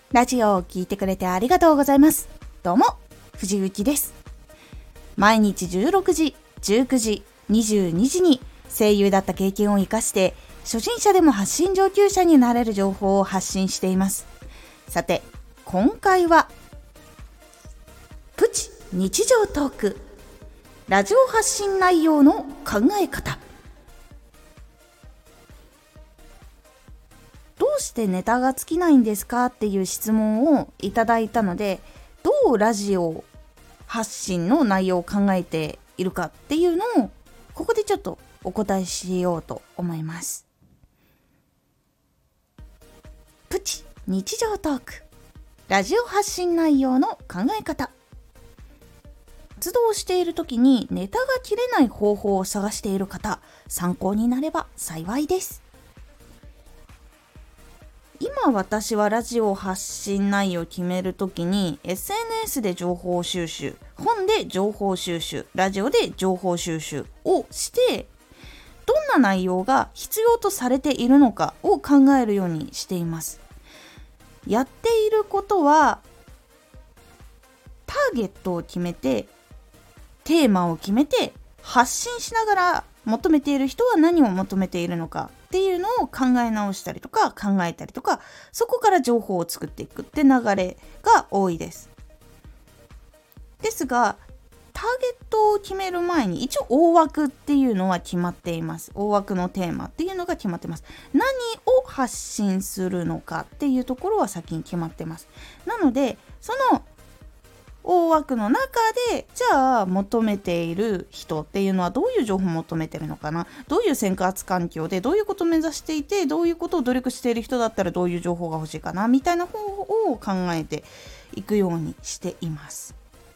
ラジオを聞いてくれてありがとうございます。どうも、藤幸です。毎日16時、19時、22時に声優だった経験を生かして、初心者でも発信上級者になれる情報を発信しています。さて、今回は、プチ日常トーク、ラジオ発信内容の考え方。どうしてネタが尽きないんですかっていう質問をいただいたので、どうラジオ発信の内容を考えているかっていうのをここでちょっとお答えしようと思います。プチ日常トーク、ラジオ発信内容の考え方。活動している時にネタが切れない方法を探している方、参考になれば幸いです。今私はラジオ発信内容を決めるときに SNS で情報収集、本で情報収集、ラジオで情報収集をして、どんな内容が必要とされているのかを考えるようにしています。やっていることはターゲットを決めて、テーマを決めて発信しながら、求めている人は何を求めているのかっていうのを考え直したりとか考えたりとか、そこから情報を作っていくって流れが多いです。ですが、ターゲットを決める前に一応大枠っていうのは決まっています。大枠のテーマっていうのが決まってます。何を発信するのかっていうところは先に決まってます。なので、その大枠の中で、じゃあ求めている人っていうのはどういう情報を求めてるのかな、どういう生活環境でどういうことを目指していて、どういうことを努力している人だったらどういう情報が欲しいかなみたいな方法を考えていくようにしています。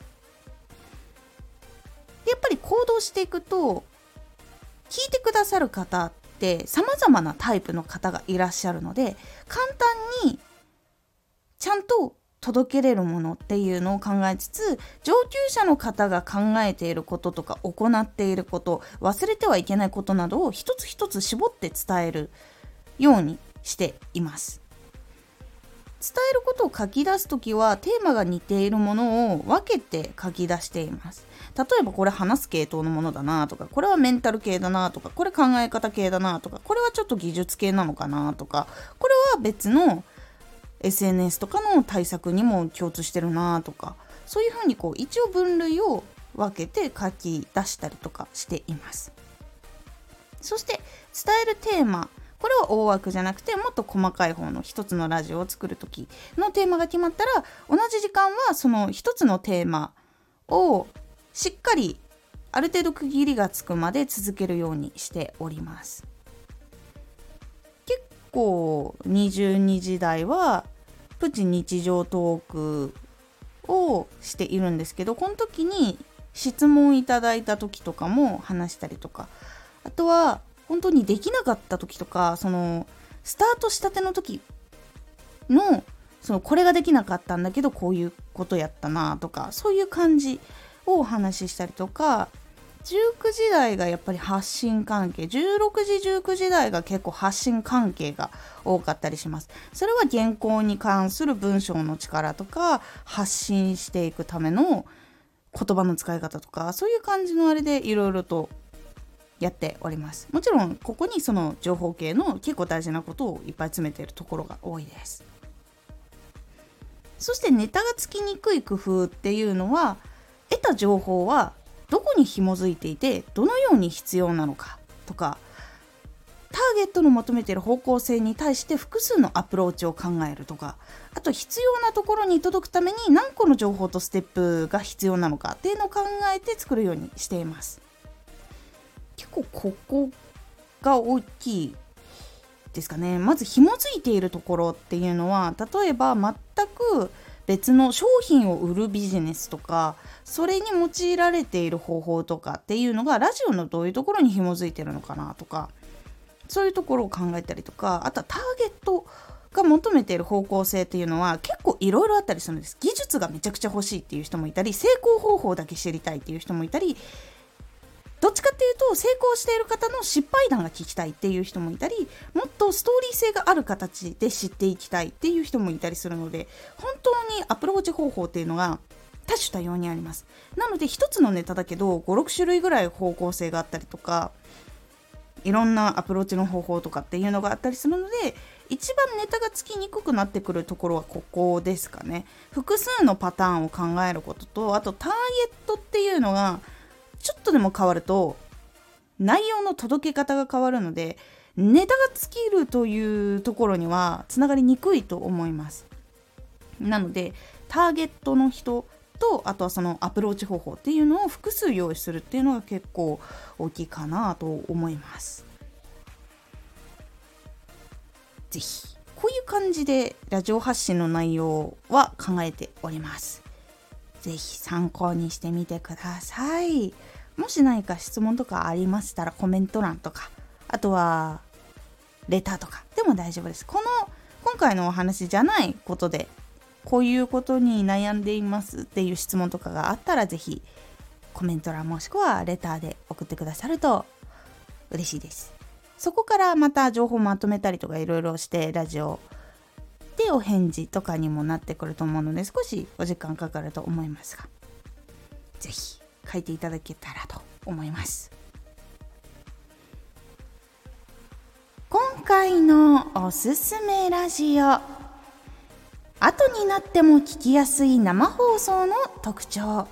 でやっぱり行動していくと、聞いてくださる方って様々なタイプの方がいらっしゃるので、簡単にちゃんと届けれるものっていうのを考えつつ、上級者の方が考えていることとか行っていること、忘れてはいけないことなどを一つ一つ絞って伝えるようにしています。伝えることを書き出すときは、テーマが似ているものを分けて書き出しています。例えばこれ話す系統のものだなとか、これはメンタル系だなとか、これ考え方系だなとか、これはちょっと技術系なのかなとか、これは別のSNS とかの対策にも共通してるなとか、そういうふうに一応分類を分けて書き出したりとかしています。そして伝えるテーマ、これは大枠じゃなくて、もっと細かい方の一つのラジオを作る時のテーマが決まったら、同じ時間はその一つのテーマをしっかりある程度区切りがつくまで続けるようにしております。22時台はプチ日常トークをしているんですけど、この時に質問いただいた時とかも話したりとか、あとは本当にできなかった時とか、そのスタートしたての時のこれができなかったんだけどこういうことやったなとか、そういう感じをお話ししたりとか、19時台がやっぱり発信関係、16時19時台が結構発信関係が多かったりします。それは原稿に関する文章の力とか、発信していくための言葉の使い方とか、そういう感じのあれでいろいろとやっております。もちろんここにその情報系の結構大事なことをいっぱい詰めているところが多いです。そしてネタがつきにくい工夫っていうのは、得た情報はどこに紐づいていて、どのように必要なのかとか、ターゲットの求めている方向性に対して複数のアプローチを考えるとか、あと必要なところに届くために何個の情報とステップが必要なのかっていうのを考えて作るようにしています。結構ここが大きいですかね。まず紐づいているところっていうのは、例えば全く別の商品を売るビジネスとか、それに用いられている方法とかっていうのがラジオのどういうところに紐づいてるのかなとか、そういうところを考えたりとか、あとはターゲットが求めている方向性っていうのは結構いろいろあったりするんです。技術がめちゃくちゃ欲しいっていう人もいたり、成功方法だけ知りたいっていう人もいたり、どっっちかっていうと成功している方の失敗談が聞きたいっていう人もいたり、もっとストーリー性がある形で知っていきたいっていう人もいたりするので、本当にアプローチ方法っていうのが多種多様にあります。なので一つのネタだけど 5,6 種類ぐらい方向性があったりとか、いろんなアプローチの方法とかっていうのがあったりするので、一番ネタがつきにくくなってくるところはここですかね。複数のパターンを考えることと、あとターゲットっていうのがちょっとでも変わると内容の届け方が変わるので、ネタが尽きるというところにはつながりにくいと思います。なのでターゲットの人と、あとはそのアプローチ方法っていうのを複数用意するっていうのが結構大きいかなと思います。ぜひこういう感じでラジオ発信の内容は考えております。ぜひ参考にしてみてください。もし何か質問とかありましたらコメント欄とか、あとはレターとかでも大丈夫です。今回のお話じゃないことで、こういうことに悩んでいますっていう質問とかがあったら、ぜひコメント欄もしくはレターで送ってくださると嬉しいです。そこからまた情報まとめたりとかいろいろしてラジオでお返事とかにもなってくると思うので、少しお時間かかると思いますが、ぜひ書いていただけたらと思います。今回のおすすめラジオ、後になっても聞きやすい生放送の特徴。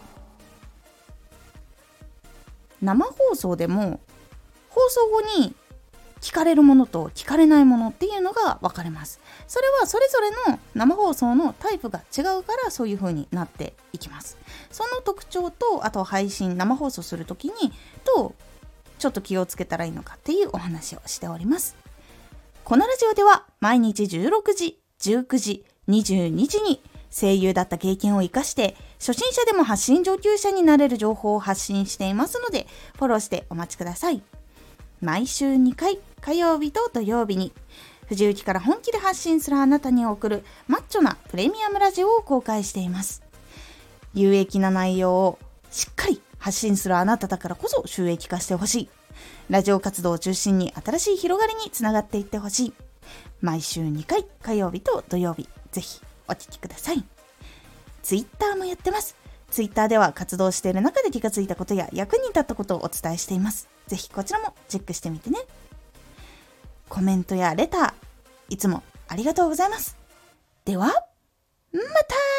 生放送でも放送後に聞かれるものと聞かれないものっていうのが分かれます。それはそれぞれの生放送のタイプが違うから、そういう風になっていきます。その特徴と、あと配信生放送するときにちょっと気をつけたらいいのかっていうお話をしております。このラジオでは毎日16時、19時、22時に声優だった経験を生かして初心者でも発信上級者になれる情報を発信していますので、フォローしてお待ちください。毎週2回、火曜日と土曜日に藤雪から本気で発信するあなたに送るマッチョなプレミアムラジオを公開しています。有益な内容をしっかり発信するあなただからこそ収益化してほしい。ラジオ活動を中心に新しい広がりにつながっていってほしい。毎週2回、火曜日と土曜日、ぜひお聞きください。ツイッターもやってます。ツイッターでは活動している中で気がついたことや役に立ったことをお伝えしています。ぜひこちらもチェックしてみてね。コメントやレター、いつもありがとうございます。では、また